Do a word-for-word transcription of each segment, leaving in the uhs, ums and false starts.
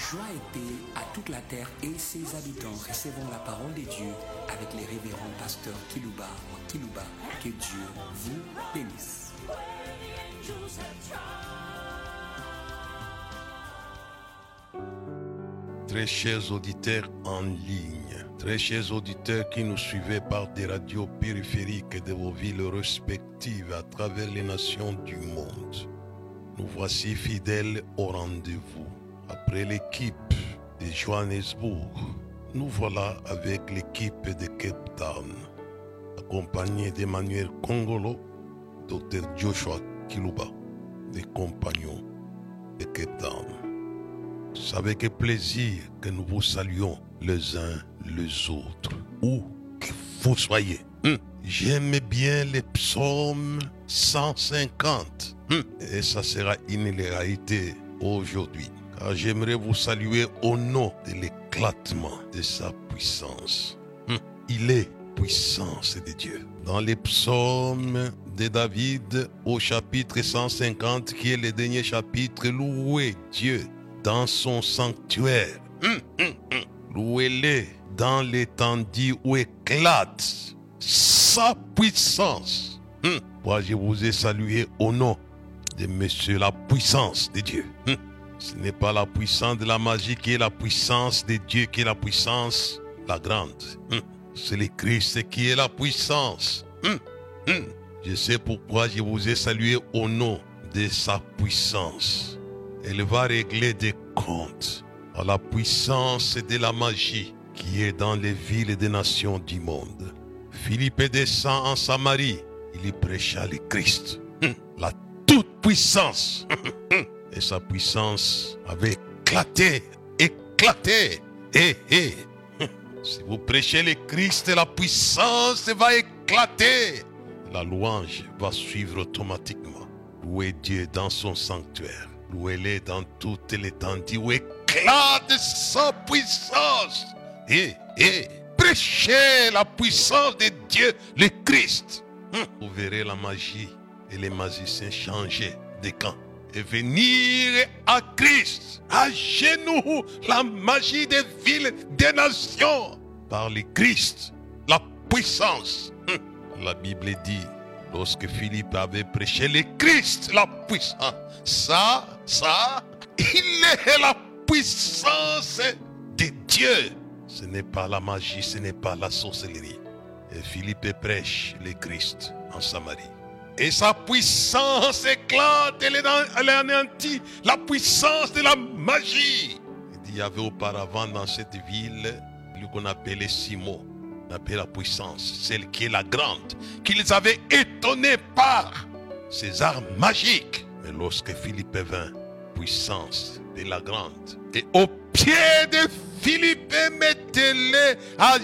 Joie et paix à toute la terre et ses habitants. Recevons la parole de Dieu avec les révérends pasteurs Kilouba ou Kilouba. Que Dieu vous bénisse. Très chers auditeurs en ligne, très chers auditeurs qui nous suivez par des radios périphériques de vos villes respectives à travers les nations du monde, nous voici fidèles au rendez-vous. Après l'équipe de Johannesburg, nous voilà avec l'équipe de Cape Town, accompagné d'Emmanuel Kongolo, docteur Joshua Kilouba, des compagnons de Cape Town. C'est avec plaisir que nous vous saluons les uns les autres, où que vous soyez. Hum. J'aime bien les psaumes cent cinquante, hum. et ça sera une réalité aujourd'hui. Car j'aimerais vous saluer au nom de l'éclatement de sa puissance. Hum. Il est puissance de Dieu. Dans les psaumes de David au chapitre cent cinquante, qui est le dernier chapitre, louez Dieu dans son sanctuaire. Hum, hum, hum. Louez-le dans l'étendue où éclate sa puissance. Hum. Moi, je vous ai salué au nom de Monsieur la puissance de Dieu. Hum. Ce n'est pas la puissance de la magie qui est la puissance de Dieu, qui est la puissance, la grande. Hum. C'est le Christ qui est la puissance. Hum. Hum. Je sais pourquoi je vous ai salué au nom de sa puissance. Elle va régler des comptes à la puissance de la magie qui est dans les villes et des nations du monde. Philippe descend en Samarie. Il y prêcha le Christ, hum. la toute puissance. Et sa puissance avait éclaté, éclaté. Et, et, si vous prêchez le Christ, la puissance va éclater. La louange va suivre automatiquement. Louez Dieu dans son sanctuaire. Louez-le dans toute l'étendue où éclate sa puissance. Et, et, prêchez la puissance de Dieu, le Christ. Hum. Vous verrez la magie et les magiciens changer de camp et venir à Christ, à genoux, la magie des villes, des nations, par le Christ, la puissance. Hum. La Bible dit, lorsque Philippe avait prêché le Christ, la puissance, ça, ça, il est la puissance de Dieu. Ce n'est pas la magie, ce n'est pas la sorcellerie. Et Philippe prêche le Christ en Samarie. Et sa puissance éclate, elle, elle anéantit la puissance de la magie. Il y avait auparavant dans cette ville, lui qu'on appelait Simon, on appelait la puissance, celle qui est la grande, qui les avait étonnés par ses arts magiques. Mais lorsque Philippe vint, puissance de la grande, et au pied de Philippe, mettez-les à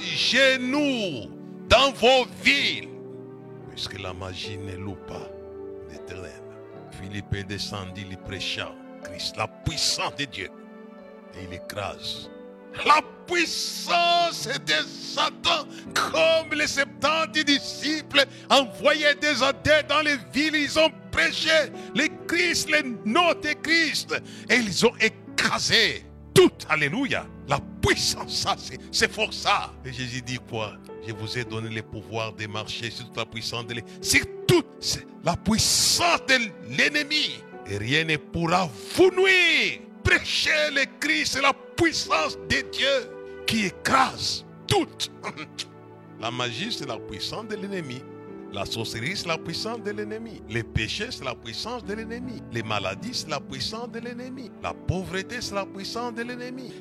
genoux dans vos villes. Puisque la magie ne loue pas l'Éternel. Philippe est descendu, il prêcha Christ, la puissance de Dieu. Et il écrase la puissance de Satan, comme les soixante-dix disciples envoyaient des adeptes dans les villes. Ils ont prêché le Christ, le nom de Christ. Et ils ont écrasé tout, alléluia, la puissance, ça, c'est, c'est fort ça. Et Jésus dit quoi? Je vous ai donné le pouvoir de marcher sur toute la puissance de l'ennemi, sur toute la puissance de l'ennemi. Et rien ne pourra vous nuire. Prêchez le Christ, la puissance de Dieu qui écrase toute. La magie, c'est la puissance de l'ennemi. La sorcellerie, c'est la puissance de l'ennemi. Les péchés, c'est la puissance de l'ennemi. Les maladies, c'est la puissance de l'ennemi. La pauvreté, c'est la puissance de l'ennemi.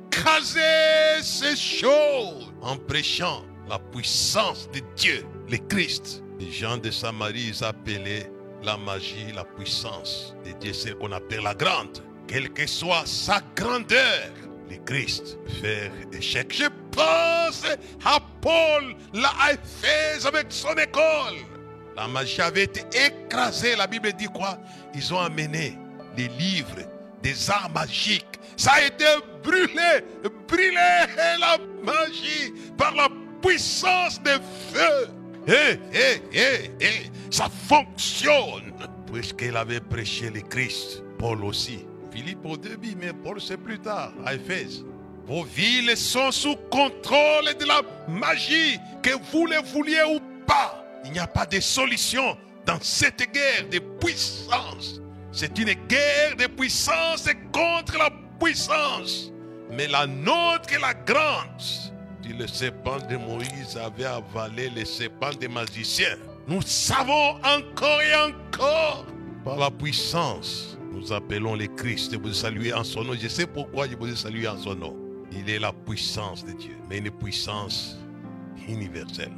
Écrasez ces choses en prêchant la puissance de Dieu, le Christ. Les gens de Samarie, ils appelaient la magie, la puissance de Dieu, celle qu'on appelle la grande. Quelle que soit sa grandeur, le Christ fait échec. Je pense à Paul, là, à Éphèse, avec son école. La magie avait été écrasée. La Bible dit quoi? Ils ont amené les livres des arts magiques. Ça a été brûlé, brûlé la magie par la puissance des feux. Et, et, et, et, ça fonctionne. Puisqu'il avait prêché le Christ, Paul aussi, Philippe au début, mais Paul c'est plus tard, à Éphèse. Vos villes sont sous contrôle de la magie, que vous le vouliez ou pas. Il n'y a pas de solution dans cette guerre de puissance. C'est une guerre de puissance contre la puissance. Mais la nôtre est la grande. Si le serpent de Moïse avait avalé le serpent des magiciens, nous savons encore et encore, par la puissance, nous appelons le Christ. Je vous salue en son nom. Je sais pourquoi je vous salue en son nom. Il est la puissance de Dieu, mais une puissance universelle.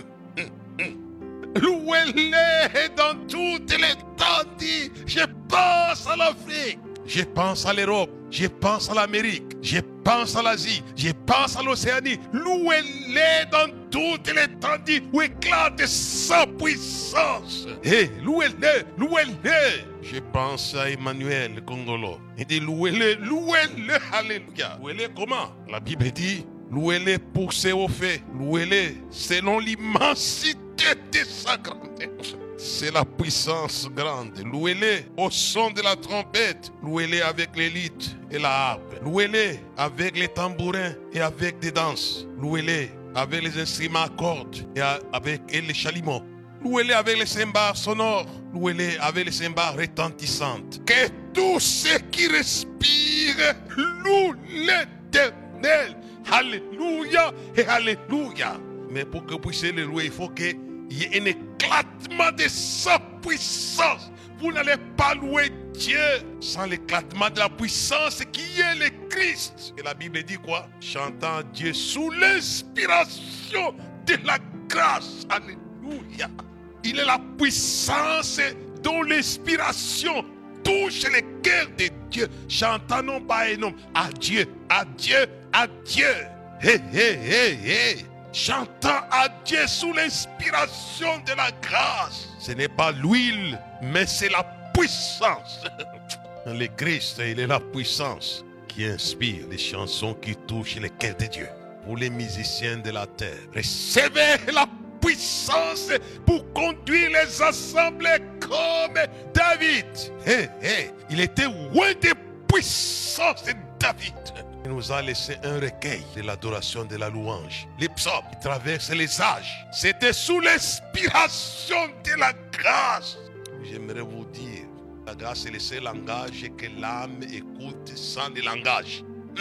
Louez-le dans toutes les l'étendue. Je pense à l'Afrique. Je pense à l'Europe. Je pense à l'Amérique. Je pense à l'Asie. Je pense à l'Océanie. Louez-le dans toute l'étendue où éclate sa puissance. Hey, louez-le, louez-le. Je pense à Emmanuel Congolo. Il dit louez-le, louez-le, alléluia. Louez-le comment? La Bible dit louez-le pour ses hauts faits. Louez-le selon l'immensité de sa grandeur. C'est la puissance grande. Louez-le au son de la trompette. Louez-le avec les luttes et la harpe. Louez-le avec les tambourins et avec des danses. Louez-le avec les instruments à cordes et avec les chalumeaux. Louez-le avec les cymbales sonores. Louez-le avec les cymbales retentissantes. Que tout ce qui respire loue l'Éternel. Alléluia et alléluia. Mais pour que vous puissiez le louer, il faut qu'il y ait un éclatement de sa puissance. Vous n'allez pas louer Dieu sans l'éclatement de la puissance qui est le Christ. Et la Bible dit quoi? Chantant Dieu sous l'inspiration de la grâce. Alléluia. Il est la puissance dont l'inspiration touche les cœurs de Dieu. Chantant non pas un homme, à Dieu, à Dieu, à Dieu. Hé, hé, hé, hé. Chantant à Dieu sous l'inspiration de la grâce. Ce n'est pas l'huile, mais c'est la puissance. Le Christ, il est la puissance qui inspire les chansons qui touchent les cœurs de Dieu. Pour les musiciens de la terre, recevez la puissance pour conduire les assemblées comme David. Hey, hey, il était loin des puissances de David. Il nous a laissé un recueil de l'adoration, de la louange. Les psaumes qui traversent les âges. C'était sous l'inspiration de la grâce. J'aimerais vous dire, la grâce est le seul langage que l'âme écoute sans le langage.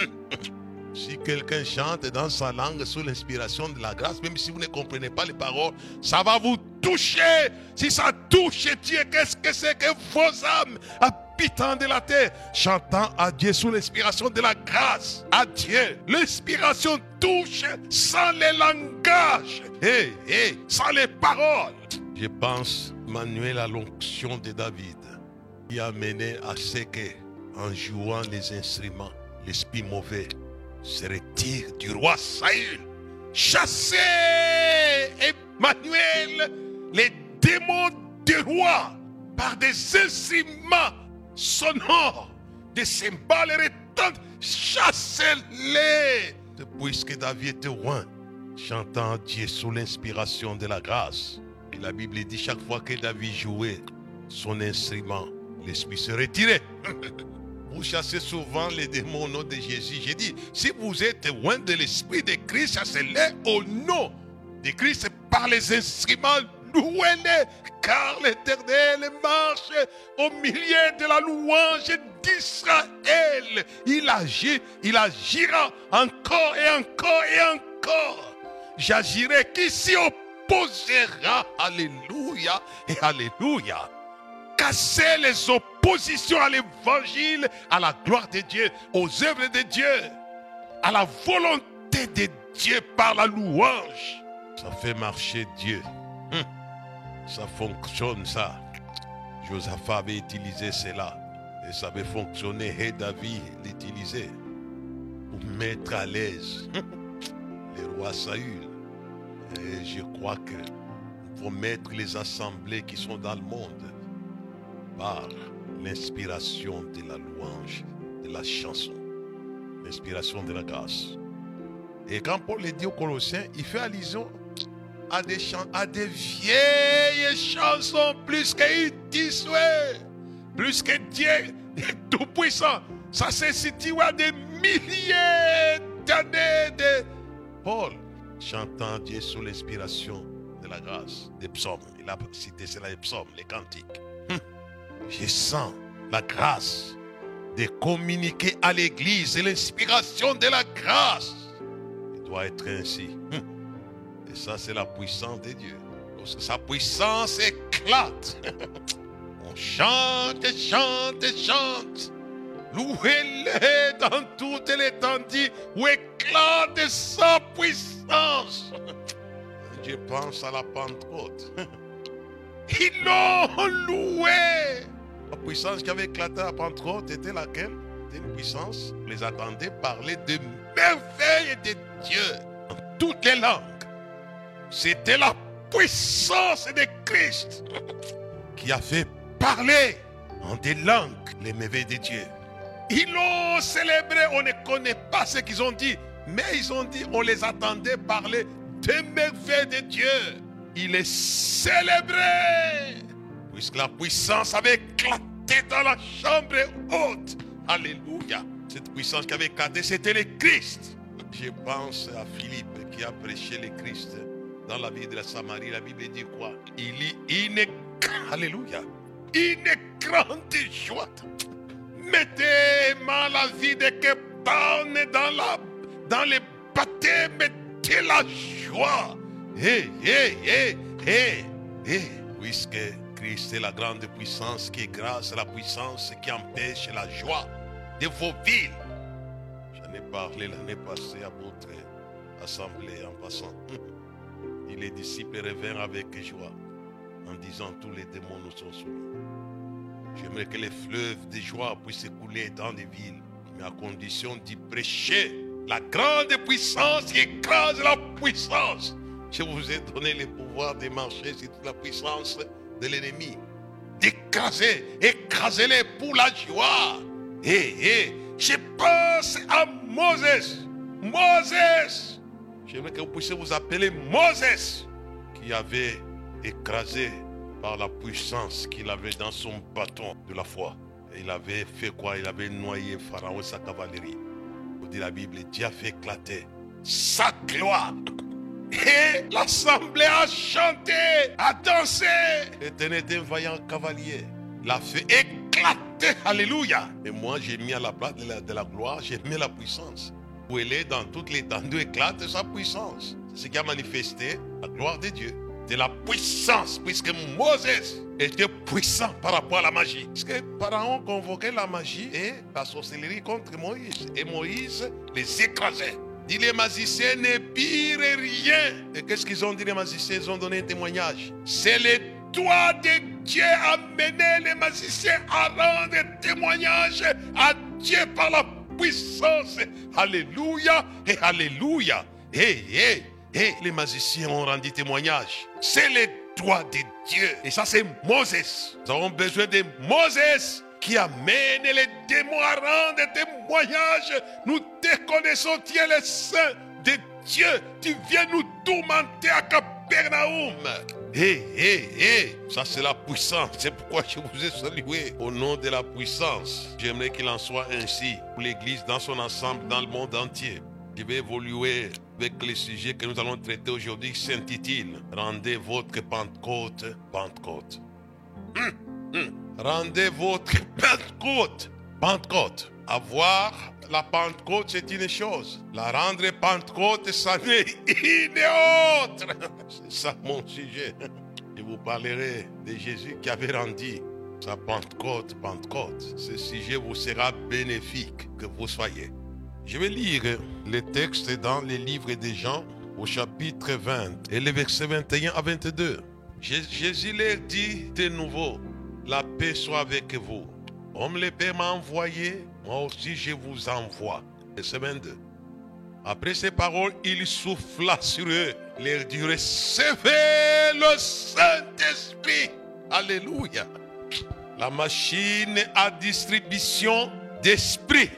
Si quelqu'un chante dans sa langue sous l'inspiration de la grâce, même si vous ne comprenez pas les paroles, ça va vous toucher. Si ça touche Dieu, qu'est-ce que c'est que vos âmes habitants de la terre, chantant à Dieu sous l'inspiration de la grâce, à Dieu. L'inspiration touche sans les langages, et, et sans les paroles. Je pense, Manuel, à l'onction de David, qui a mené à ce que, en jouant les instruments, l'esprit mauvais se retire du roi Saül. Chassez, Emmanuel, les démons du roi par des instruments sonores, des cymbales retentantes. Chassez-les. Puisque David était loin, chantant Dieu sous l'inspiration de la grâce. Et la Bible dit chaque fois que David jouait son instrument, l'esprit se retirait. Vous chassez souvent les démons au nom de Jésus. J'ai dit, si vous êtes loin de l'esprit de Christ, chassez-les au nom de Christ par les instruments. Louez-les, car l'Éternel marche au milieu de la louange d'Israël. Il agit, il agira encore et encore et encore. J'agirai qui s'y opposera. Alléluia et alléluia. Casser les oppositions à l'évangile, à la gloire de Dieu, aux œuvres de Dieu, à la volonté de Dieu par la louange. Ça fait marcher Dieu. Hum. Ça fonctionne, ça. Josaphat avait utilisé cela. Et ça avait fonctionné. Et David l'utilisait pour mettre à l'aise le roi Saül. Et je crois qu'il faut mettre les assemblées qui sont dans le monde par l'inspiration de la louange, de la chanson, l'inspiration de la grâce. Et quand Paul le dit aux Colossiens, il fait allusion à des, chants, à des vieilles chansons plus qu'il dit souhait, plus que Dieu est tout puissant. Ça se situe à des milliers d'années de Paul, chantant Dieu sous l'inspiration de la grâce, des psaumes. Il a cité cela, les psaumes, les cantiques. Hum. Je sens la grâce de communiquer à l'église et l'inspiration de la grâce. Il doit être ainsi. Hum. Et ça, c'est la puissance de Dieu. Lorsque sa puissance éclate, on chante, chante, chante. Louez-le dans toute l'étendue où éclate sa puissance. Je pense à la Pentecôte. Ils l'ont loué. La puissance qui avait éclaté à la Pentecôte était laquelle? C'était une puissance. On les attendait parler de merveilles de Dieu en toutes les langues. C'était la puissance de Christ qui a fait parler en des langues les merveilles de Dieu. Ils l'ont célébré, on ne connaît pas ce qu'ils ont dit, mais ils ont dit, on les attendait parler des merveilles de Dieu. Il est célébré, puisque la puissance avait éclaté dans la chambre haute. Alléluia. Cette puissance qui avait éclaté, c'était le Christ. Je pense à Philippe qui a prêché le Christ dans la ville de la Samarie. La Bible dit quoi? Il y une, alléluia, une grande joie. Mettez-moi la vie de Captain dans, la, dans les baptêmes de la joie. Hé, hé, hé, hé, hé. Puisque Christ est la grande puissance qui est grâce à la puissance qui empêche la joie de vos villes. J'en ai parlé l'année passée à votre assemblée en passant. Et les disciples revinrent avec joie en disant tous les démons nous sont soumis. J'aimerais que les fleuves de joie puissent couler dans les villes, mais à condition d'y prêcher la grande puissance qui écrase la puissance. Je vous ai donné le pouvoir de marcher sur toute la puissance de l'ennemi. D'écraser, écrasez-les pour la joie. Et, et, je pense à Moses. Moses. J'aimerais que vous puissiez vous appeler Moses, qui avait écrasé par la puissance qu'il avait dans son bâton de la foi. Et il avait fait quoi? Il avait noyé Pharaon et sa cavalerie. Vous dit la Bible, Dieu a fait éclater sa gloire. Et l'assemblée a chanté, a dansé. Et tenait un vaillant cavalier. L'a fait éclater. Alléluia. Et moi, j'ai mis à la place de la, de la gloire, j'ai mis la puissance. Où elle est dans toute l'étendue, éclate sa puissance. C'est ce qui a manifesté la gloire de Dieu. De la puissance, puisque Moses était puissant par rapport à la magie. Parce que Pharaon convoquait la magie et la sorcellerie contre Moïse. Et Moïse les écrasait. Dit les magiciens ne pirent rien. Et qu'est-ce qu'ils ont dit les magiciens? Ils ont donné un témoignage. C'est le doigt de Dieu a mené les magiciens à rendre témoignage à Dieu par la puissance. Alléluia et alléluia. Hé, hé. Et les magiciens ont rendu témoignage. C'est le doigt de Dieu. Et ça, c'est Moses. Nous avons besoin de Moses qui amène les démons à rendre témoignage. Nous te connaissons, tu es le Saint de Dieu. Tu viens nous tourmenter à Capernaum. Hé, hé, hé. Ça, c'est la puissance. C'est pourquoi je vous ai salué au nom de la puissance. J'aimerais qu'il en soit ainsi pour l'Église dans son ensemble, dans le monde entier. Je vais évoluer avec le sujet que nous allons traiter aujourd'hui qui s'intitule « Rendez votre Pentecôte, Pentecôte hum, hum. ». Rendez votre Pentecôte, Pentecôte. Avoir la Pentecôte, c'est une chose. La rendre Pentecôte, c'en est une autre. C'est ça mon sujet. Je vous parlerai de Jésus qui avait rendu sa Pentecôte, Pentecôte. Ce sujet vous sera bénéfique que vous soyez. Je vais lire les textes dans les livres de Jean au chapitre vingt et les versets vingt et un à vingt-deux. Jésus leur dit de nouveau, la paix soit avec vous. Comme le Père m'a envoyé, moi aussi je vous envoie. Verset vingt-deux. Après ces paroles, il souffla sur eux, leur dit, recevez le Saint-Esprit. Alléluia. La machine à distribution d'esprit.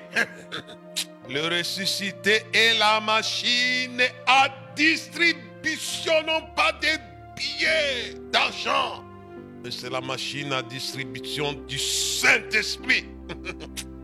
Le ressuscité est la machine à distribution, non pas des billets d'argent, mais c'est la machine à distribution du Saint-Esprit.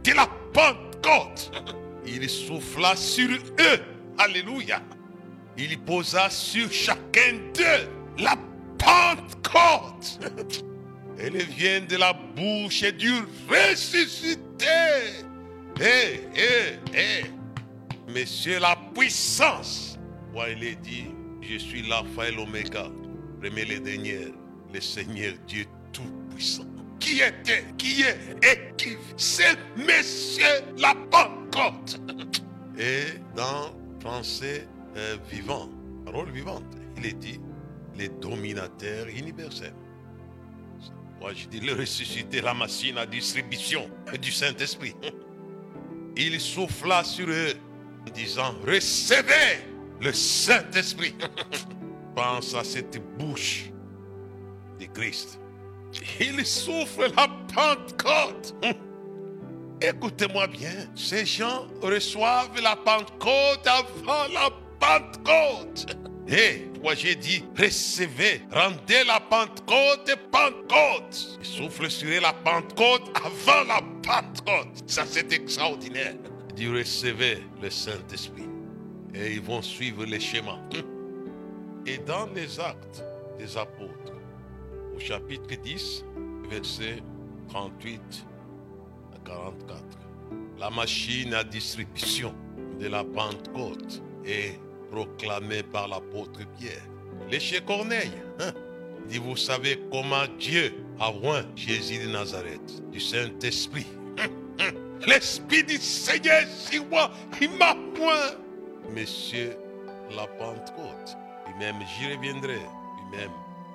de la Pentecôte. Il souffla sur eux. Alléluia. Il posa sur chacun d'eux la Pentecôte. Elle vient de la bouche du ressuscité. Hé, hé, hé. Monsieur, la puissance. Ouais, il est dit, je suis l'alpha et l'oméga, premier et dernier, le Seigneur Dieu Tout-Puissant. Qui était, qui est et qui c'est Monsieur la Pentecôte. Et dans français euh, vivant, parole vivante, il est dit, les dominateurs universels. Moi je dis le ressuscité, la machine à distribution du Saint-Esprit. Il souffla sur eux en disant, recevez le Saint-Esprit. Pense à cette bouche de Christ. Il souffle la Pentecôte. Écoutez-moi bien, ces gens reçoivent la Pentecôte avant la Pentecôte. Et moi j'ai dit, recevez, rendez la Pentecôte, Pentecôte. Il souffle sur la Pentecôte avant la Pentecôte. Ça c'est extraordinaire. Il dit, recevez le Saint-Esprit. Et ils vont suivre les schémas. Et dans les actes des apôtres, au chapitre dix, verset trente-huit à quarante-quatre, la machine à distribution de la Pentecôte est proclamée par l'apôtre Pierre. Les chez Corneille, hein, dit, vous savez comment Dieu a oint Jésus de Nazareth du Saint-Esprit. L'Esprit du Seigneur sur moi, il m'a oint. Monsieur la Pentecôte, lui-même, j'y reviendrai, lui-même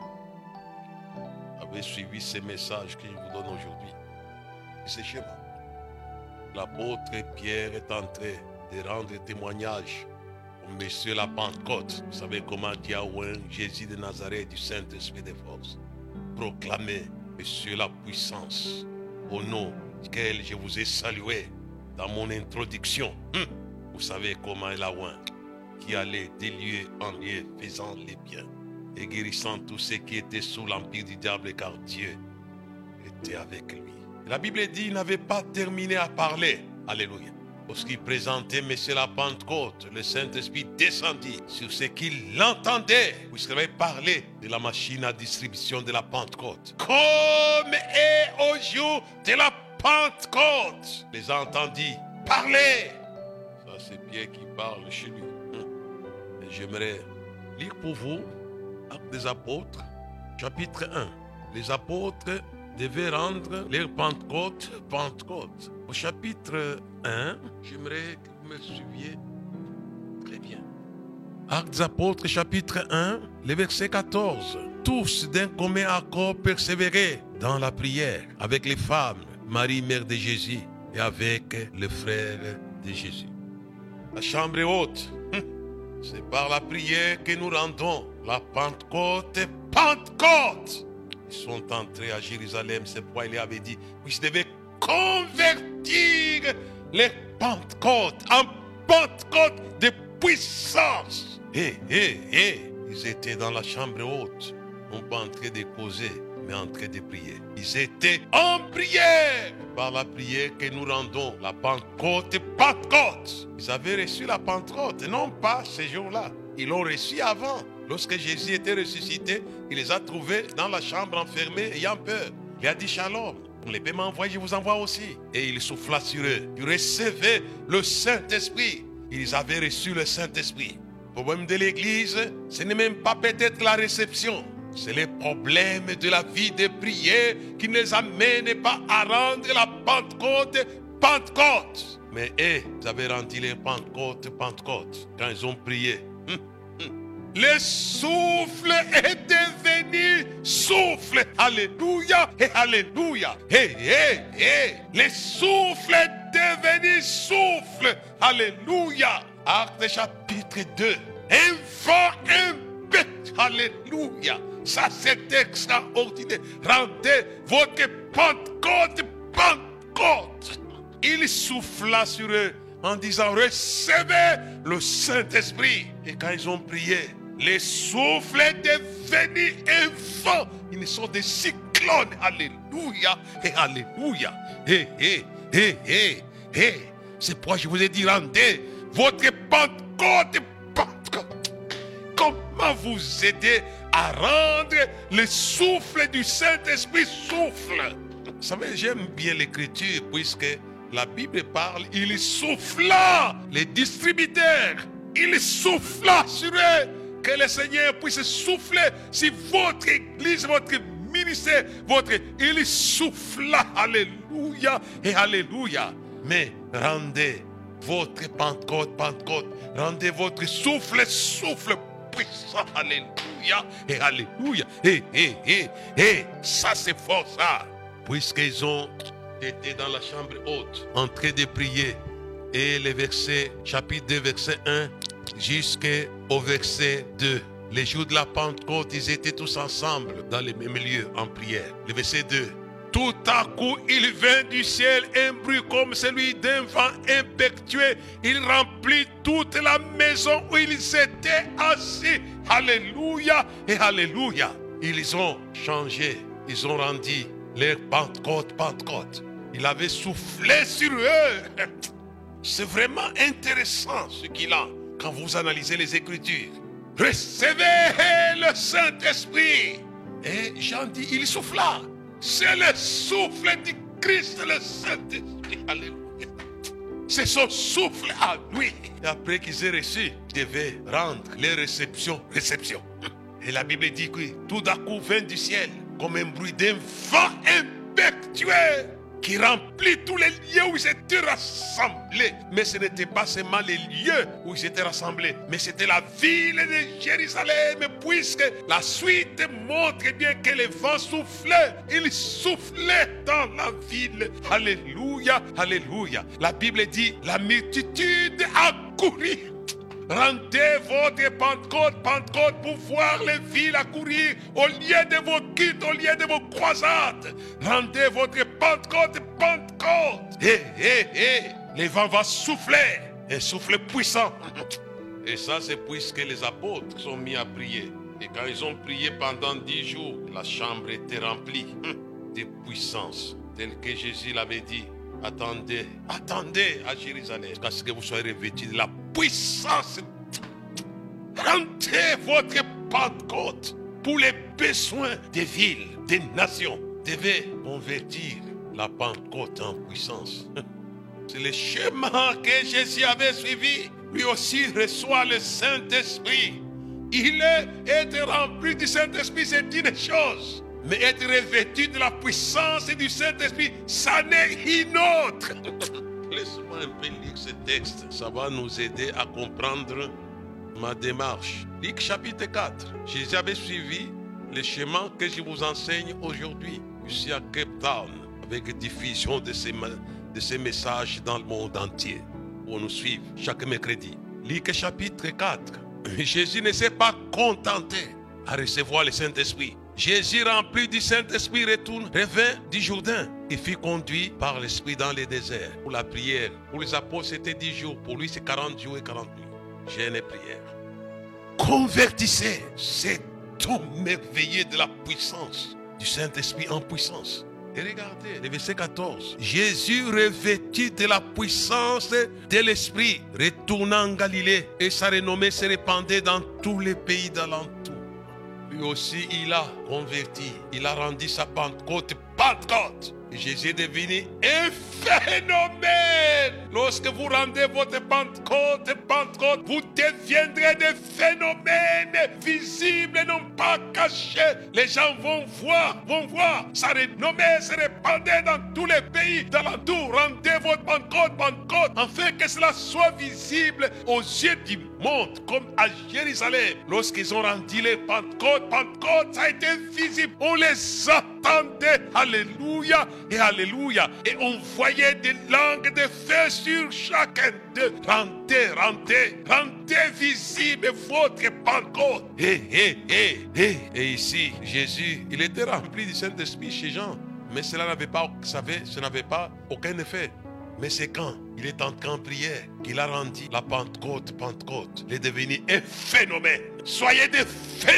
avait suivi ces messages que je vous donne aujourd'hui. Et c'est chez moi. L'apôtre Pierre est en train de rendre témoignage au Monsieur la Pentecôte. Vous savez comment Dieu a oint Jésus de Nazareth du Saint-Esprit des forces. Proclamez, Monsieur, la puissance, au nom duquel je vous ai salué dans mon introduction. Hum. Vous savez comment il a oint, qui allait de lieu en lieu faisant les biens et guérissant tous ceux qui étaient sous l'empire du diable, car Dieu était avec lui. Et la Bible dit qu'il n'avait pas terminé à parler. Alléluia. Lorsqu'il présentait Monsieur la Pentecôte, le Saint-Esprit descendit sur ceux qui l'entendaient, puisqu'il avait parlé de la machine à distribution de la Pentecôte. Comme est au jour de la Pentecôte, les entendit parler. C'est Pierre qui parle chez lui. Et j'aimerais lire pour vous Actes des Apôtres, chapitre un. Les apôtres devaient rendre leur Pentecôte, Pentecôte. Au chapitre un, j'aimerais que vous me suiviez très bien. Actes des Apôtres, chapitre un, le verset quatorze. Tous d'un commun accord persévéraient dans la prière avec les femmes, Marie, mère de Jésus, et avec les frères de Jésus. La chambre est haute. C'est par la prière que nous rendons la Pentecôte, Pentecôte. Ils sont entrés à Jérusalem, c'est pourquoi il avait dit, vous devez convertir les Pentecôtes en Pentecôte de puissance. Hé, hé, hé, ils étaient dans la chambre haute, non pas en train de causer, mais en train de prier. Ils étaient en prière. Par la prière que nous rendons la Pentecôte, Pentecôte. Ils avaient reçu la Pentecôte, non pas ces jours-là. Ils l'ont reçu avant. Lorsque Jésus était ressuscité, il les a trouvés dans la chambre enfermés, ayant peur. Il a dit shalom. Les peut m'envoyer, je vous envoie aussi. Et il souffla sur eux. Ils recevaient le Saint-Esprit. Ils avaient reçu le Saint-Esprit. Le problème de l'Église, ce n'est même pas peut-être la réception. C'est les problèmes de la vie de prière qui ne les amènent pas à rendre la Pentecôte, Pentecôte. Mais eux, ils avaient rendu les Pentecôte, Pentecôte. Quand ils ont prié, hum, hum. le souffle est devenu souffle. Alléluia et alléluia. Hé, hé, hé. Le souffle est devenu souffle. Alléluia. Acte chapitre deux. Un vent, un bête. Alléluia. Ça, c'est extraordinaire. Rendez votre Pentecôte, Pentecôte. Il souffla sur eux en disant, recevez le Saint-Esprit. Et quand ils ont prié, le souffle est devenu un vent. Ils sont des cyclones. Alléluia et alléluia. Et, et Hé, hé, hé. C'est pourquoi je vous ai dit, rendez votre Pentecôte, Pentecôte. Comment vous aider à rendre le souffle du Saint-Esprit souffle? Vous savez, j'aime bien l'écriture puisque la Bible parle, il souffla les distributeurs, il souffla sur eux, que le Seigneur puisse souffler sur votre église, votre ministère, votre... Il souffla, alléluia et alléluia. Mais rendez votre Pentecôte, Pentecôte, rendez votre souffle, souffle puissant, alléluia et alléluia. Et, et, et, et, ça c'est fort ça. Puisqu'ils ont été dans la chambre haute, en train de prier. Et les versets, chapitre deux, verset un, jusqu'au verset deux. Les jours de la Pentecôte, ils étaient tous ensemble dans le même lieu en prière. Le verset deux. Tout à coup, il vint du ciel un bruit comme celui d'un vent impétueux. Il remplit toute la maison où ils étaient assis. Alléluia et alléluia. Ils ont changé. Ils ont rendu leur Pentecôte, Pentecôte. Il avait soufflé sur eux. C'est vraiment intéressant ce qu'il a quand vous analysez les Écritures. Recevez le Saint-Esprit. Et Jean dit, il souffla. C'est le souffle du Christ, le Saint-Esprit. Alléluia. C'est son souffle à lui. Et après qu'ils aient reçu, ils devaient rendre les réceptions, réception. Et la Bible dit que tout d'un coup vint du ciel comme un bruit d'un vent impétueux qui remplit tous les lieux où ils étaient rassemblés. Mais ce n'était pas seulement les lieux où ils étaient rassemblés, mais c'était la ville de Jérusalem, puisque la suite montre bien que le vent soufflait. Il soufflait dans la ville. Alléluia, alléluia. La Bible dit, la multitude a couru. Rendez votre Pentecôte, Pentecôte pour voir les villes accourir au lieu de vos cultes, au lieu de vos croisades. Rendez votre Pentecôte, Pentecôte. Hé, hé, hé, le vent va souffler, un souffle puissant. Et ça, c'est puisque les apôtres sont mis à prier. Et quand ils ont prié pendant dix jours, la chambre était remplie de puissance, tel que Jésus l'avait dit. Attendez, attendez à Jérusalem, jusqu'à ce que vous soyez revêtus de la puissance. Rendez votre Pentecôte pour les besoins des villes, des nations. Devez convertir la Pentecôte en puissance. C'est le chemin que Jésus avait suivi. Lui aussi reçoit le Saint-Esprit. Il est être rempli du Saint-Esprit, c'est une chose. Mais être revêtu de la puissance du Saint-Esprit, ça n'est une autre. Laisse-moi un peu lire ce texte. Ça va nous aider à comprendre ma démarche. Luc chapitre quatre. Jésus avait suivi le chemin que je vous enseigne aujourd'hui, ici à Cape Town, avec diffusion de ces, de ces messages dans le monde entier, pour nous suivre chaque mercredi. Luc chapitre quatre. Jésus ne s'est pas contenté à recevoir le Saint-Esprit. Jésus, rempli du Saint-Esprit, retourne, revint du Jourdain. Il fut conduit par l'Esprit dans le désert pour la prière. Pour les apôtres, c'était dix jours. Pour lui, c'est quarante jours et quarante nuits. Jeûne et prière. Convertissez. C'est tout merveilleux de la puissance du Saint-Esprit en puissance. Et regardez, le verset quatorze. Jésus, revêtu de la puissance de l'Esprit, retourna en Galilée et sa renommée se répandait dans tous les pays d'alentour. Lui aussi, il a converti. Il a rendu sa Pentecôte, Pentecôte. Et Jésus est devenu un phénomène. Lorsque vous rendez votre Pentecôte, Pentecôte, vous deviendrez des phénomènes visibles, non pas cachés. Les gens vont voir, vont voir. Sa renommée se répandait dans tous les pays d'alentour. Rendez votre Pentecôte, Pentecôte, afin que cela soit visible aux yeux du monde, comme à Jérusalem. Lorsqu'ils ont rendu les Pentecôte, Pentecôte, ça a été visible. On les attendait. Alléluia et alléluia. Et on voyait des langues de feu sur chacun d'eux. Rendez, rendez, rendez visible votre Pentecôte. Et, et, et, et, et ici, Jésus, il était rempli du Saint-Esprit chez Jean. Mais cela n'avait pas, vous savez, ce n'avait pas aucun effet. Mais c'est quand il est entré en prière qu'il a rendu la Pentecôte, Pentecôte. Il est devenu un phénomène. Soyez des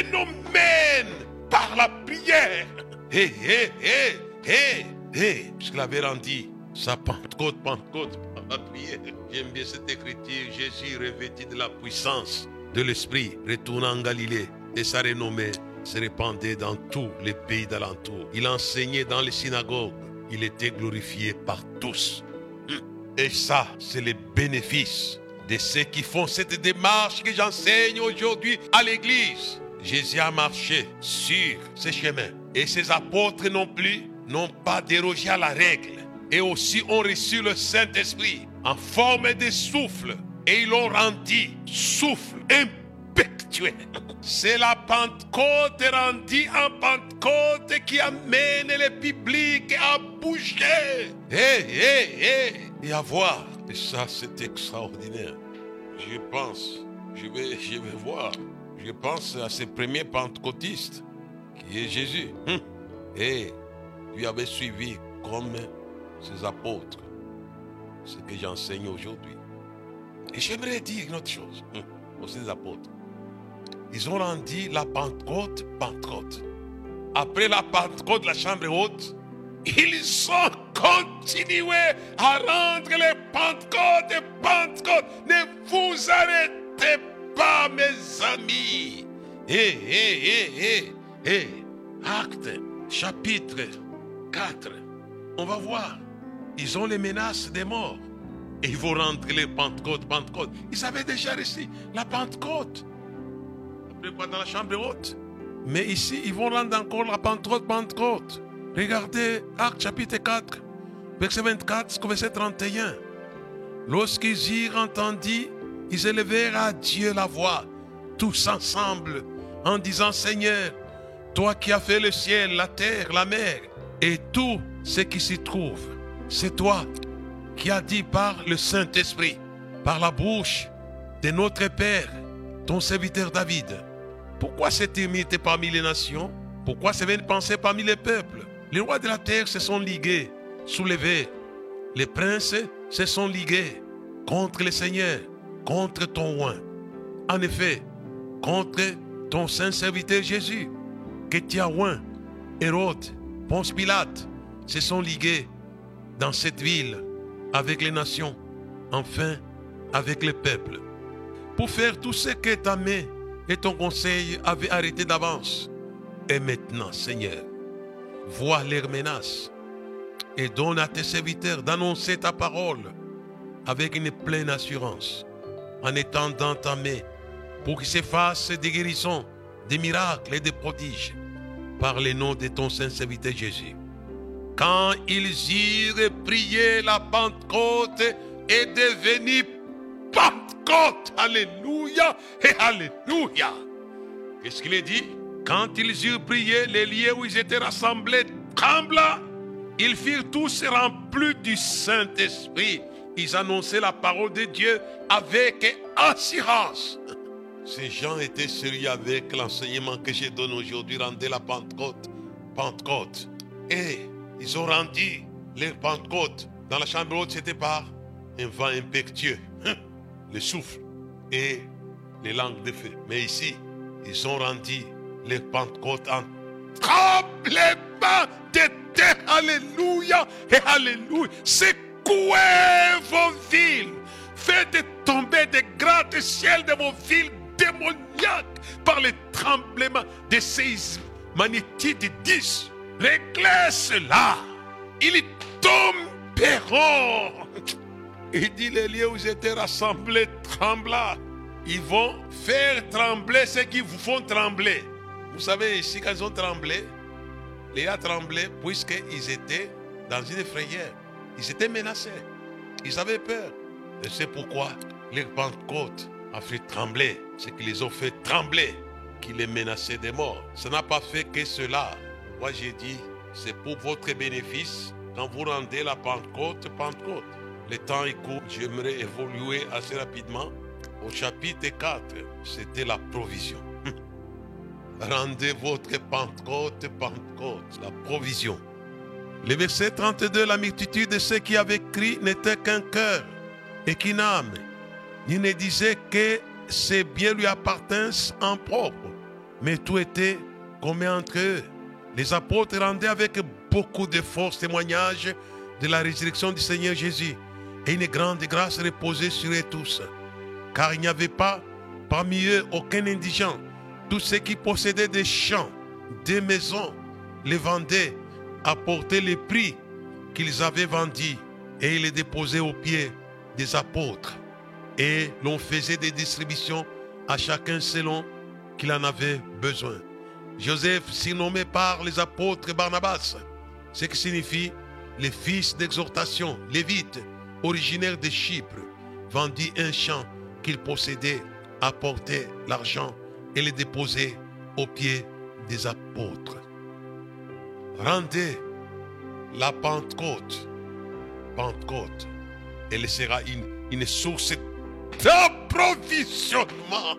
phénomènes par la prière. Hé, hé, hé, hé, hé. Puisqu'il avait rendu sa Pentecôte, Pentecôte, par la prière. J'aime bien cette écriture. Jésus, revêtu de la puissance de l'Esprit, retourna en Galilée et sa renommée se répandait dans tous les pays d'alentour. Il enseignait dans les synagogues. Il était glorifié par tous. Et ça, c'est le bénéfice de ceux qui font cette démarche que j'enseigne aujourd'hui à l'église. Jésus a marché sur ce chemin. Et ses apôtres non plus n'ont pas dérogé à la règle. Et aussi ont reçu le Saint-Esprit en forme de souffle. Et ils l'ont rendu souffle impétueux. C'est la Pentecôte rendue en Pentecôte qui amène le public à bouger. Hé, hé, hé. Et à voir. Et ça, c'est extraordinaire. Je pense, je vais, je vais voir. Je pense à ce premier pentecôtiste qui est Jésus. Hum. Et lui avait suivi comme ses apôtres. Ce que j'enseigne aujourd'hui. Et j'aimerais dire une autre chose hum, aux ses apôtres. Ils ont rendu la Pentecôte, Pentecôte. Après la Pentecôte, la chambre haute, ils ont continué à rendre les Pentecôtes et Pentecôte. Ne vous arrêtez pas, mes amis. Hé, hé, hé, hé, hé. Actes, chapitre quatre. On va voir. Ils ont les menaces des morts. Et ils vont rendre les Pentecôtes, Pentecôte. Ils avaient déjà reçu la Pentecôte. Après quoi, dans la chambre haute. Mais ici, ils vont rendre encore la Pentecôte, Pentecôte. Regardez Actes chapitre quatre, verset vingt-quatre jusqu'au verset trente et un. Lorsqu'ils eurent entendu, ils élevèrent à Dieu la voix, tous ensemble, en disant: Seigneur, toi qui as fait le ciel, la terre, la mer, et tout ce qui s'y trouve, c'est toi qui as dit par le Saint-Esprit, par la bouche de notre Père, ton serviteur David. Pourquoi cette imité parmi les nations? Pourquoi se viennent penser parmi les peuples? Les rois de la terre se sont ligués, soulevés. Les princes se sont ligués contre le Seigneur, contre ton roi. En effet, contre ton saint serviteur Jésus, que tu as oint. Hérode, Ponce Pilate se sont ligués dans cette ville avec les nations, enfin avec les peuples, pour faire tout ce que ta main et ton conseil avaient arrêté d'avance. Et maintenant, Seigneur, vois leurs menaces et donne à tes serviteurs d'annoncer ta parole avec une pleine assurance, en étendant ta main pour qu'ils se fassent des guérisons, des miracles et des prodiges par le nom de ton saint serviteur Jésus. Quand ils eurent prié, la Pentecôte est devenue Pentecôte. Alléluia et Alléluia. Qu'est-ce qu'il est dit? Quand ils eurent prié, les lieux où ils étaient rassemblés trembla. Ils firent tous remplis du Saint-Esprit. Ils annonçaient la parole de Dieu avec assurance. Ces gens étaient sérieux avec l'enseignement que je donne aujourd'hui. Rendez la Pentecôte, Pentecôte. Et ils ont rendu leur Pentecôte. Dans la chambre haute, c'était par un vent impétueux, le souffle et les langues de feu. Mais ici, ils ont rendu leur Pentecôte en tremblement de terre. Alléluia et Alléluia. Secouez vos villes. Faites tomber des gratte-ciel de vos villes démoniaques par les tremblements des séismes magnétiques de dix. Réglez cela. Ils tomberont. Il dit les lieux où ils étaient rassemblés trembla. Ils vont faire trembler ceux qui vous font trembler. Vous savez ici quand ils ont tremblé, les a tremblé puisqu'ils étaient dans une frayeur. Ils étaient menacés. Ils avaient peur. Et c'est pourquoi les Pentecôte a fait trembler. Ce qui les ont fait trembler, qui les menaçaient de mort. Ça n'a pas fait que cela. Moi j'ai dit, c'est pour votre bénéfice quand vous rendez la Pentecôte, Pentecôte. Le temps est court, j'aimerais évoluer assez rapidement. Au chapitre quatre, c'était la provision. Rendez votre Pentecôte, Pentecôte, la provision. Le verset trente-deux, la multitude de ceux qui avaient crié n'était qu'un cœur et qu'une âme. Il ne disait que ses biens lui appartinssent en propre, mais tout était commun entre eux. Les apôtres rendaient avec beaucoup de force témoignage de la résurrection du Seigneur Jésus. Et une grande grâce reposait sur eux tous. Car il n'y avait pas parmi eux aucun indigent. Tous ceux qui possédaient des champs, des maisons, les vendaient, apportaient les prix qu'ils avaient vendus et ils les déposaient aux pieds des apôtres. Et l'on faisait des distributions à chacun selon qu'il en avait besoin. Joseph, surnommé par les apôtres Barnabas, ce qui signifie les fils d'exhortation, lévites, originaires de Chypre, vendit un champ qu'il possédait, apportait l'argent et le déposait aux pieds des apôtres. Rendez la Pentecôte, Pentecôte, elle sera une, une source d'approvisionnement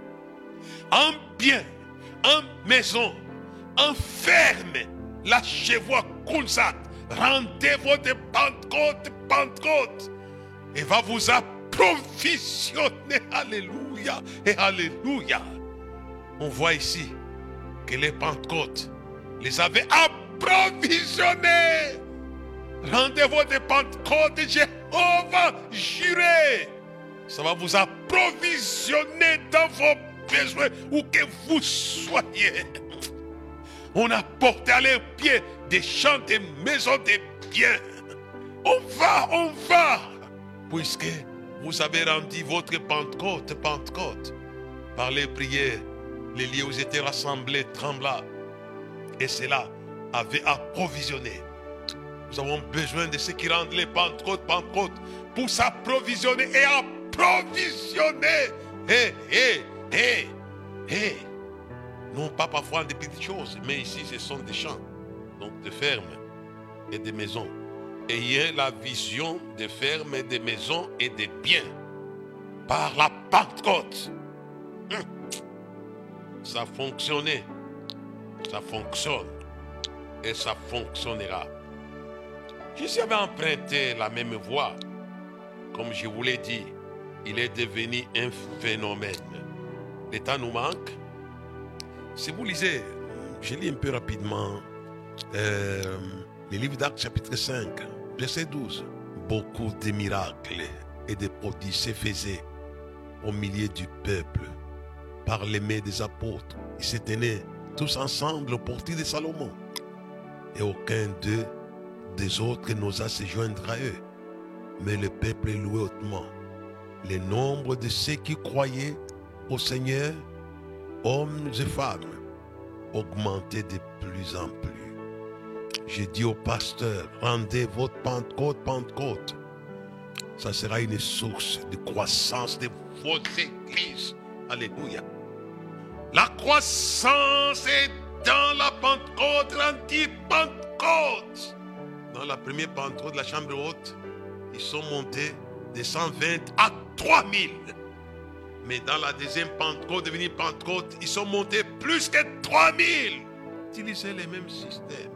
en biens, en maison, en ferme. Lâchez-vous à Kunzat. Rendez votre Pentecôte, Pentecôte. Et va vous approvisionner. Alléluia et Alléluia. On voit ici que les Pentecôtes les avaient approvisionnés. Rendez votre Pentecôte, Jéhovah juré. Ça va vous approvisionner dans vos besoins où que vous soyez. On a porté à leurs pieds des champs, des maisons, des biens. On va, on va. Puisque vous avez rendu votre Pentecôte, Pentecôte, par les prières, les lieux où ils étaient rassemblés trembla. Et cela avait approvisionné. Nous avons besoin de ceux qui rendent les Pentecôtes, Pentecôte, pour s'approvisionner et approvisionner. Hé, hé, hé, hé. Non pas parfois des petites choses, mais ici ce sont des champs, donc des fermes et des maisons. Ayez la vision des fermes et des maisons et des biens par la Pentecôte. Hum. Ça fonctionnait, ça fonctionne et ça fonctionnera. Jésus avait emprunté la même voie. Comme je vous l'ai dit, il est devenu un phénomène. Le temps nous manque. Si vous lisez, je lis un peu rapidement, euh, le livre d'Actes chapitre cinq, verset douze. Beaucoup de miracles et de prodiges se faisaient au milieu du peuple par les mains des apôtres. Ils se tenaient tous ensemble au portier de Salomon. Et aucun d'eux, des autres, n'osa se joindre à eux. Mais le peuple louait hautement. Le nombre de ceux qui croyaient au Seigneur, hommes et femmes, augmentait de plus en plus. J'ai dit au pasteur, rendez votre Pentecôte, Pentecôte. Ça sera une source de croissance de vos églises. Alléluia. La croissance est dans la Pentecôte, rendue Pentecôte. Dans la première Pentecôte de la chambre haute, ils sont montés de cent vingt à trois mille. Mais dans la deuxième Pentecôte, devenue Pentecôte, ils sont montés plus que trois mille. Utilisaient les mêmes systèmes.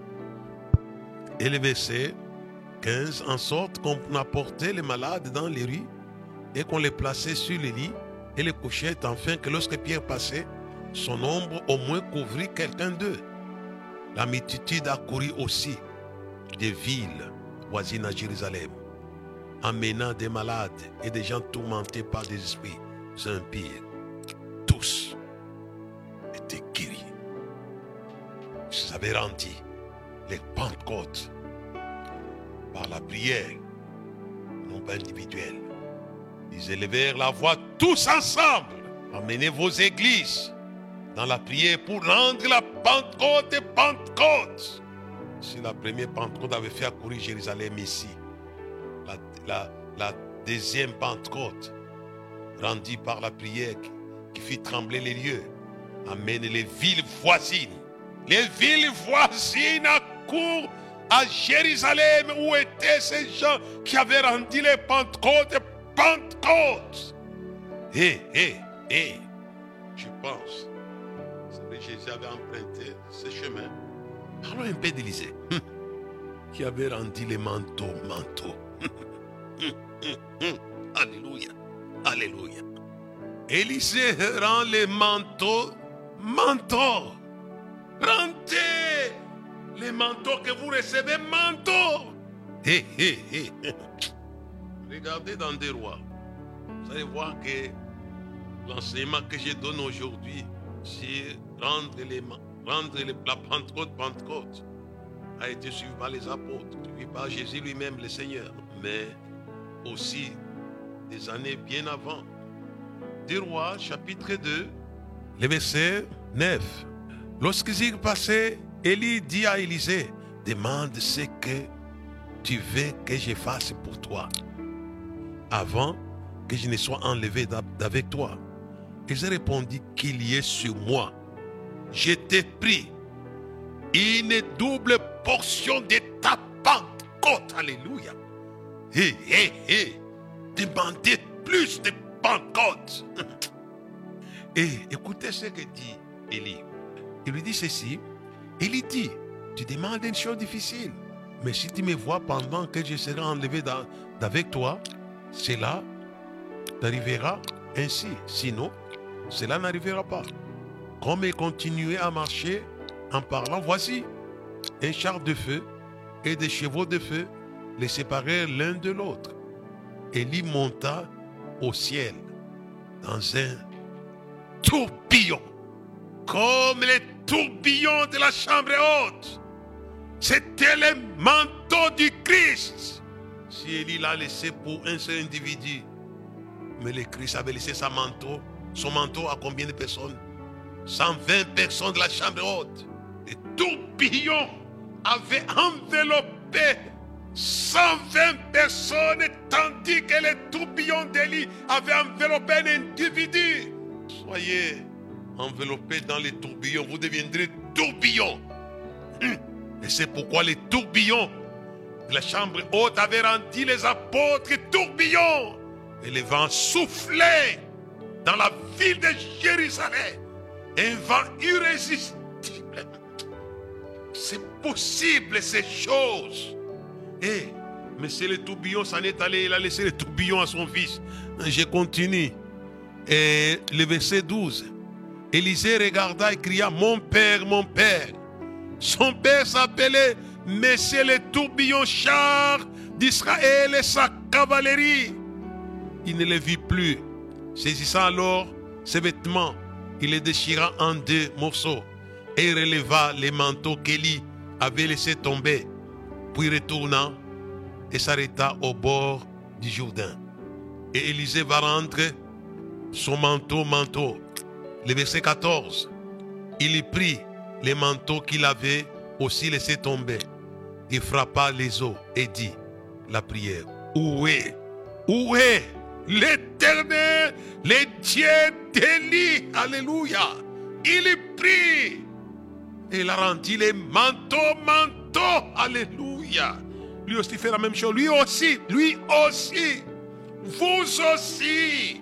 Et le verset quinze, en sorte qu'on apportait les malades dans les rues et qu'on les plaçait sur les lits et les couchait, afin que lorsque Pierre passait, son ombre au moins couvrit quelqu'un d'eux. La multitude accourut aussi des villes voisines à Jérusalem, emmenant des malades et des gens tourmentés par des esprits impires. Tous étaient guéris. Ils avaient rendu les Pentecôtes par la prière, non pas individuelle. Ils élevèrent la voix tous ensemble. Emmenez vos églises dans la prière pour rendre la Pentecôte et Pentecôte. Si la première Pentecôte avait fait accourir Jérusalem ici, la, la, la deuxième Pentecôte, rendue par la prière qui fit trembler les lieux, amène les villes voisines. Les villes voisines accourent à Jérusalem où étaient ces gens qui avaient rendu les Pentecôtes et Pentecôte. Hé, hé, hé, je pense, c'est que Jésus avait emprunté ce chemin. Parlons un peu d'Élisée, qui avait rendu les manteaux, manteaux. Alléluia, alléluia. Élisée rend les manteaux, manteaux. Rendez les manteaux que vous recevez, manteaux. Hé, hé, hé. Regardez dans des rois. Vous allez voir que l'enseignement que je donne aujourd'hui, c'est rendre, les, rendre les, la Pentecôte, Pentecôte, a été suivi par les apôtres, suivi par Jésus lui-même, le Seigneur, mais aussi des années bien avant. Des rois, chapitre deux, le verset neuf. Lorsqu'ils passaient, Élie dit à Élisée, demande ce que tu veux que je fasse pour toi, avant que je ne sois enlevé d'avec toi. Et j'ai répondu qu'il y ait sur moi. Je t'ai pris une double portion de ta Pentecôte. Alléluia. Hé, hé, hé. Demandez plus de Pentecôte. Et écoutez ce que dit Élie. Il lui dit ceci. Élie dit, tu demandes une chose difficile. Mais si tu me vois pendant que je serai enlevé d'avec toi, cela t'arrivera ainsi. Sinon, cela n'arrivera pas. Comme il continuait à marcher en parlant, voici un char de feu et des chevaux de feu les séparèrent l'un de l'autre. Élie monta au ciel dans un tourbillon, comme les tourbillons de la chambre haute. C'était le manteau du Christ. Si Élie l'a laissé pour un seul individu, mais le Christ avait laissé sa manteau, son manteau à combien de personnes? cent vingt personnes de la chambre haute. Les tourbillons avaient enveloppé cent vingt personnes, tandis que les tourbillons d'Élie avaient enveloppé un individu. Soyez enveloppés dans les tourbillons, vous deviendrez tourbillons. Et c'est pourquoi les tourbillons de la chambre haute avaient rendu les apôtres tourbillons. Et le vent soufflait dans la ville de Jérusalem. Un vent irrésistible. C'est possible ces choses. Et monsieur le tourbillon s'en est allé, il a laissé le tourbillon à son fils. Je continue. Et le verset douze. Élisée regarda et cria, mon père, mon père. Son père s'appelait Monsieur le tourbillon char d'Israël et sa cavalerie. Il ne les vit plus. Saisissant alors ses vêtements, il les déchira en deux morceaux et releva les manteaux qu'Élie avait laissés tomber. Puis retourna et s'arrêta au bord du Jourdain. Et Élisée va rendre son manteau, manteau. Le verset quatorze. Il y prit les manteaux qu'il avait aussi laissés tomber. Il frappa les eaux et dit la prière. Où est, où est l'Éternel, le Dieu d'Élie? Alléluia. Il y prit et il a rendu les manteaux, manteaux. Alléluia. Lui aussi fait la même chose. Lui aussi, lui aussi. Vous aussi.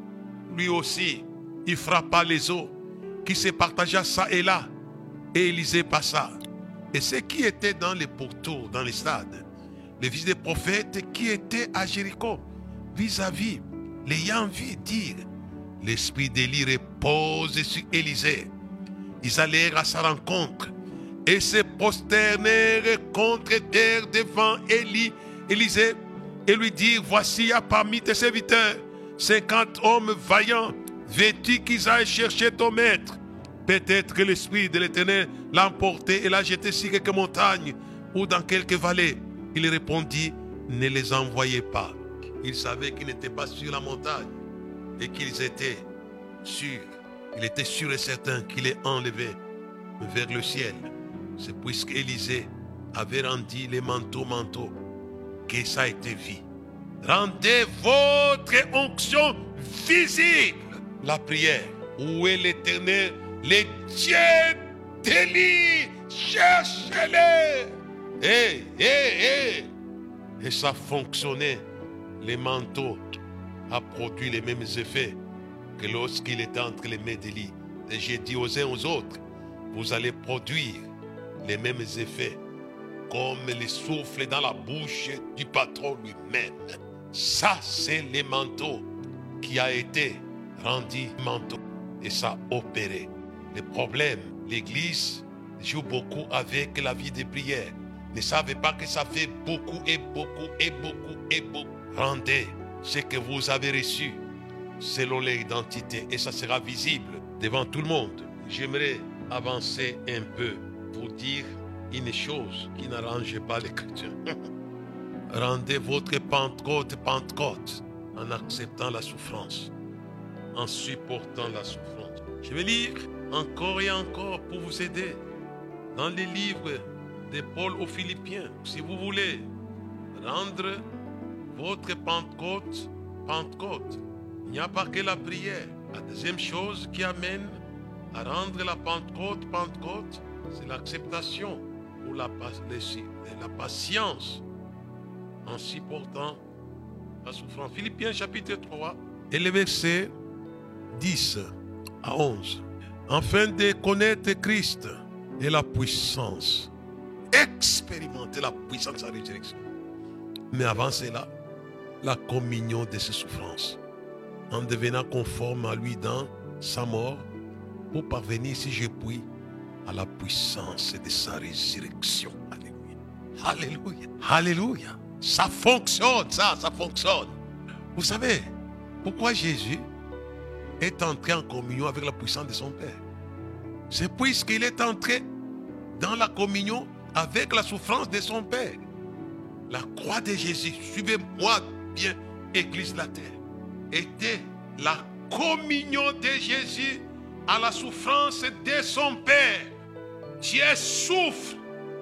Lui aussi. Il frappa les eaux qui se partagea ça et là. Et Élisée passa. Et ceux qui étaient dans les pourtours, dans les stades, les fils des prophètes qui étaient à Jéricho, vis-à-vis, l'ayant vu dire, l'esprit d'Élie repose sur Élisée. Ils allèrent à sa rencontre et se prosternèrent contre terre devant Élie, Élisée, et lui dirent, voici, il y a parmi tes serviteurs cinquante hommes vaillants, vêtus qu'ils aillent chercher ton maître. Peut-être que l'esprit de l'Éternel l'a emporté et l'a jeté sur quelques montagnes ou dans quelques vallées. Il répondit, ne les envoyez pas. Il savait qu'ils n'étaient pas sur la montagne et qu'ils étaient sûrs. Il était sûr et certain qu'il est enlevé vers le ciel. C'est puisque Élisée avait rendu les manteaux, manteaux, que ça a été vu. Rendez votre onction visible. La prière. Où est l'Éternel? Les dieux d'Élie, cherchez-les. Hé, hé, hé. Et ça fonctionnait. Les manteaux a produit les mêmes effets que lorsqu'il était entre les mains d'Élie. Et j'ai dit aux uns aux autres, vous allez produire les mêmes effets comme les souffles dans la bouche du patron lui-même. Ça, c'est les manteaux qui a été rendu manteau. Et ça a opéré. Le problème, l'Église joue beaucoup avec la vie de prière. ne savez pas que ça fait beaucoup et beaucoup et beaucoup et beaucoup. Rendez ce que vous avez reçu selon l'identité et ça sera visible devant tout le monde. J'aimerais avancer un peu pour dire une chose qui n'arrange pas les chrétiens. Rendez votre Pentecôte Pentecôte en acceptant la souffrance, en supportant la souffrance. Je vais lire encore et encore pour vous aider dans les livres de Paul aux Philippiens. Si vous voulez rendre votre Pentecôte Pentecôte, il n'y a pas que la prière. La deuxième chose qui amène à rendre la Pentecôte Pentecôte, c'est l'acceptation ou la, la patience en supportant la souffrance. Philippiens chapitre trois et le verset dix à onze. Afin de connaître Christ et la puissance, expérimenter la puissance de la résurrection. Mais avant cela, la communion de ses souffrances, en devenant conforme à lui dans sa mort, pour parvenir, si je puis, à la puissance de sa résurrection. Alléluia. Alléluia. Alléluia. Ça fonctionne, ça, ça fonctionne. Vous savez, pourquoi Jésus est entré en communion avec la puissance de son Père? C'est puisqu'il est entré dans la communion avec la souffrance de son Père. La croix de Jésus, suivez-moi bien, Église de la terre, était la communion de Jésus à la souffrance de son Père. Dieu souffre.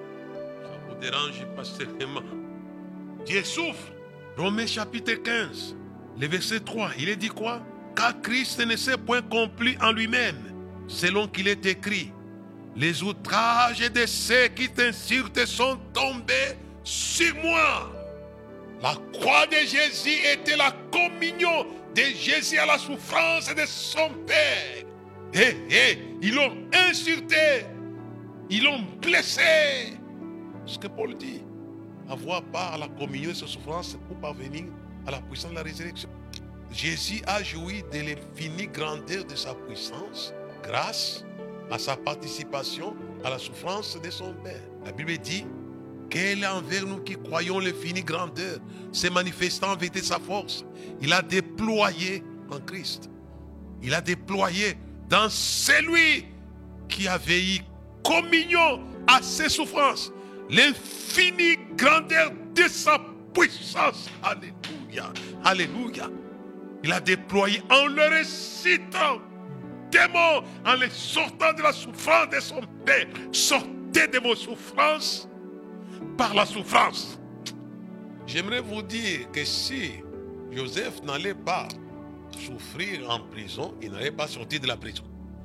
Ça vous dérange pas seulement. Dieu souffre. Romains chapitre quinze, le verset trois, il est dit quoi? Car Christ ne s'est point complu en lui-même, selon qu'il est écrit. Les outrages de ceux qui t'insultent sont tombés sur moi. La croix de Jésus était la communion de Jésus à la souffrance de son Père. Et, et ils l'ont insulté, ils l'ont blessé. Ce que Paul dit, avoir part à la communion de sa souffrance pour parvenir à la puissance de la résurrection. Jésus a joui de l'infinie grandeur de sa puissance grâce à sa participation à la souffrance de son Père. La Bible dit qu'elle est envers nous qui croyons l'infinie grandeur, se manifestant en vérité sa force. Il a déployé en Christ. Il a déployé dans celui qui avait eu communion à ses souffrances, l'infinie grandeur de sa puissance. Alléluia. Alléluia. Il a déployé en le récitant, démons, en les sortant de la souffrance de son Père. Sortez de vos souffrances par la souffrance. J'aimerais vous dire que si Joseph n'allait pas souffrir en prison, il n'allait pas sortir de la prison.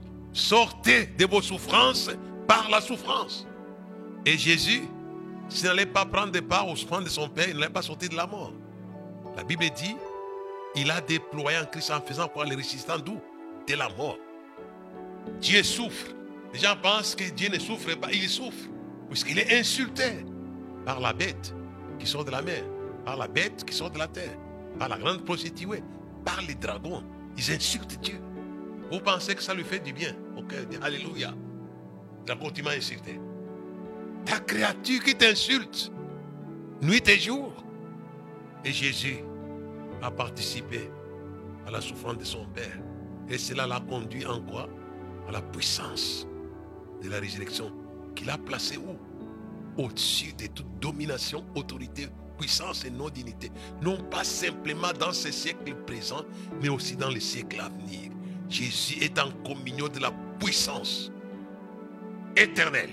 Sortez de vos souffrances par la souffrance. Et Jésus, s'il n'allait pas prendre part aux souffrances de son Père, il n'allait pas sortir de la mort. La Bible dit, il a déployé en Christ en faisant quoi? Les résistants d'où? De la mort. Dieu souffre. Les gens pensent que Dieu ne souffre pas. Il souffre. Puisqu'il est insulté par la bête qui sort de la mer, par la bête qui sort de la terre, par la grande prostituée, par les dragons. Ils insultent Dieu. Vous pensez que ça lui fait du bien? Ok, alléluia. La continue à insulter. Ta créature qui t'insulte, nuit et jour. Et Jésus a participé à la souffrance de son Père. Et cela l'a conduit en quoi? À la puissance de la résurrection qu'il a placée où? Au-dessus de toute domination, autorité, puissance et non-dignité. Non pas simplement dans ce siècle présent, mais aussi dans les siècles à venir. Jésus est en communion de la puissance éternelle.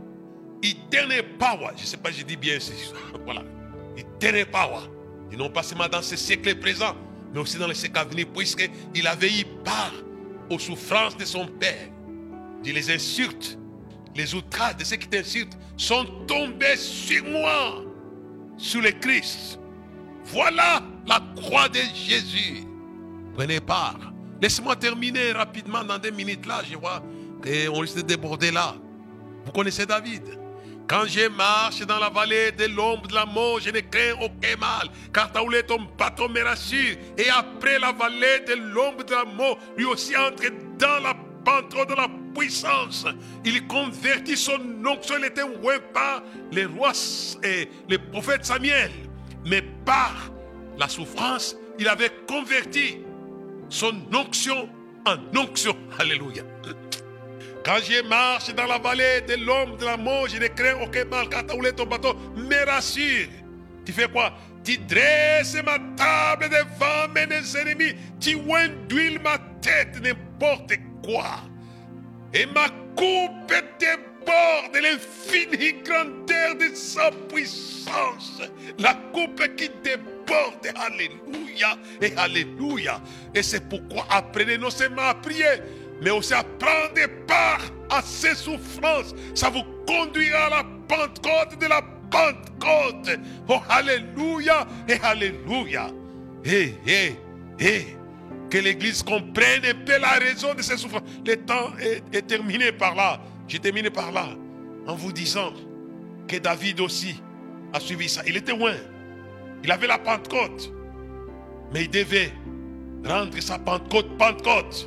Eternal power. Je ne sais pas si je dis bien c'est ça. Voilà. Eternal power. Et non pas seulement dans ce siècle présent, mais aussi dans les siècles à venir, puisqu'il avait eu part aux souffrances de son Père. Dieu les insulte, les outrages de ceux qui t'insultent sont tombés sur moi, sur le Christ. Voilà la croix de Jésus. Prenez part. Laissez-moi terminer rapidement dans deux minutes là. Je vois qu'on risque de déborder là. Vous connaissez David. Quand je marche dans la vallée de l'ombre de la mort, je ne crains aucun mal, car ta houlette, ton bâton me rassure. Et après la vallée de l'ombre de la mort, lui aussi entre dans la pantre de la puissance. Il convertit son onction. Il était oint par les rois et les prophètes Samuel. Mais par la souffrance, il avait converti son onction en onction. Alléluia. Quand je marche dans la vallée de l'homme de la mort, je ne crains aucun mal, car ta houlette, ton bâton me rassure. Tu fais quoi? Tu dresses ma table devant mes ennemis. Tu oins d'huile ma tête, n'importe quoi. Et ma coupe déborde de l'infinie grandeur de sa puissance. La coupe qui déborde. Alléluia et alléluia. Et c'est pourquoi apprenez non seulement à prier, mais aussi à prendre part à ces souffrances. Ça vous conduira à la Pentecôte de la Pentecôte. Oh, alléluia et alléluia. Et, et, et, que l'Église comprenne un peu la raison de ces souffrances. Le temps est, est terminé par là. J'ai terminé par là en vous disant que David aussi a suivi ça. Il était loin. Il avait la Pentecôte. Mais il devait rendre sa Pentecôte Pentecôte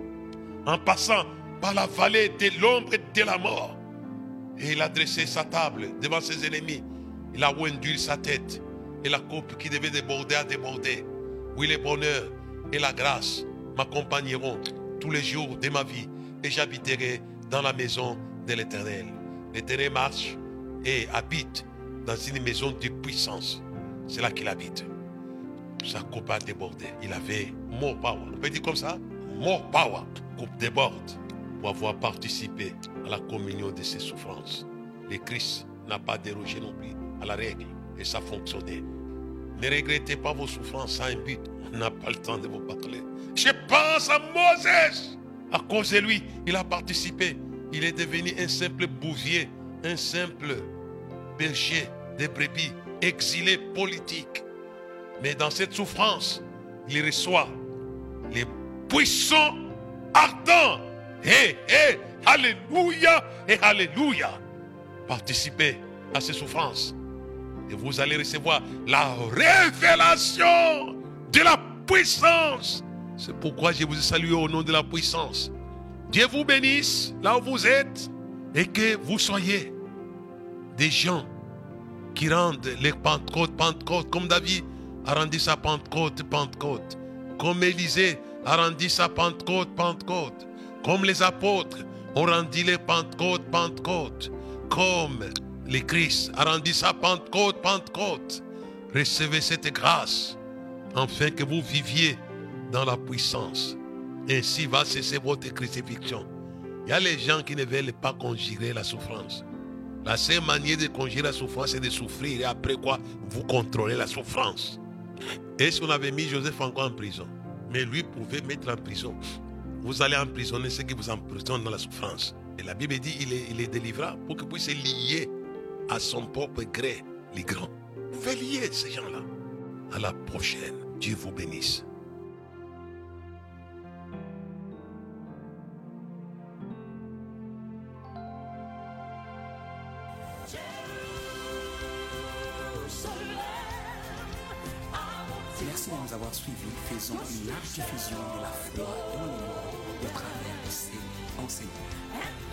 en passant par la vallée de l'ombre de la mort. Et il a dressé sa table devant ses ennemis. Il a oindu sa tête. Et la coupe qui devait déborder a débordé. Oui, le bonheur et la grâce m'accompagneront tous les jours de ma vie. Et j'habiterai dans la maison de l'Éternel. L'Éternel marche et habite dans une maison de puissance. C'est là qu'il habite. Sa coupe a débordé. Il avait more power. On peut dire comme ça? More power. Coupe déborde pour avoir participé à la communion de ses souffrances. Le Christ n'a pas dérogé non plus à la règle et ça fonctionnait. Ne regrettez pas vos souffrances sans un but. On n'a pas le temps de vous parler. Je pense à Moses. À cause de lui, il a participé. Il est devenu un simple bouvier, un simple berger de brebis, exilé politique. Mais dans cette souffrance, il reçoit les puissants ardents. Hé, hé, alléluia et alléluia. Participez à ces souffrances. Et vous allez recevoir la révélation de la puissance. C'est pourquoi je vous ai salué au nom de la puissance. Dieu vous bénisse là où vous êtes et que vous soyez des gens qui rendent les Pentecôtes, Pentecôte, comme David a rendu sa Pentecôte, Pentecôte, comme Élisée a rendu sa Pentecôte, Pentecôte, comme les apôtres ont rendu les Pentecôtes, Pentecôte, comme le Christ a rendu sa Pentecôte, Pentecôte. Recevez cette grâce afin que vous viviez dans la puissance. Ainsi va cesser votre crucifixion. Il y a les gens qui ne veulent pas conjurer la souffrance. La seule manière de conjurer la souffrance, c'est de souffrir. Et après quoi, vous contrôlez la souffrance. Est-ce qu'on avait mis Joseph encore en prison? Mais lui pouvait mettre en prison. Vous allez emprisonner ceux qui vous emprisonnent dans la souffrance. Et la Bible dit il est, il est délivrant pour qu'il puisse lier à son propre gré les grands. Vous pouvez lier ces gens-là. À la prochaine. Dieu vous bénisse. Merci de nous avoir suivis. Faisons une large diffusion de la foi dans le monde au travers de ces enseignements.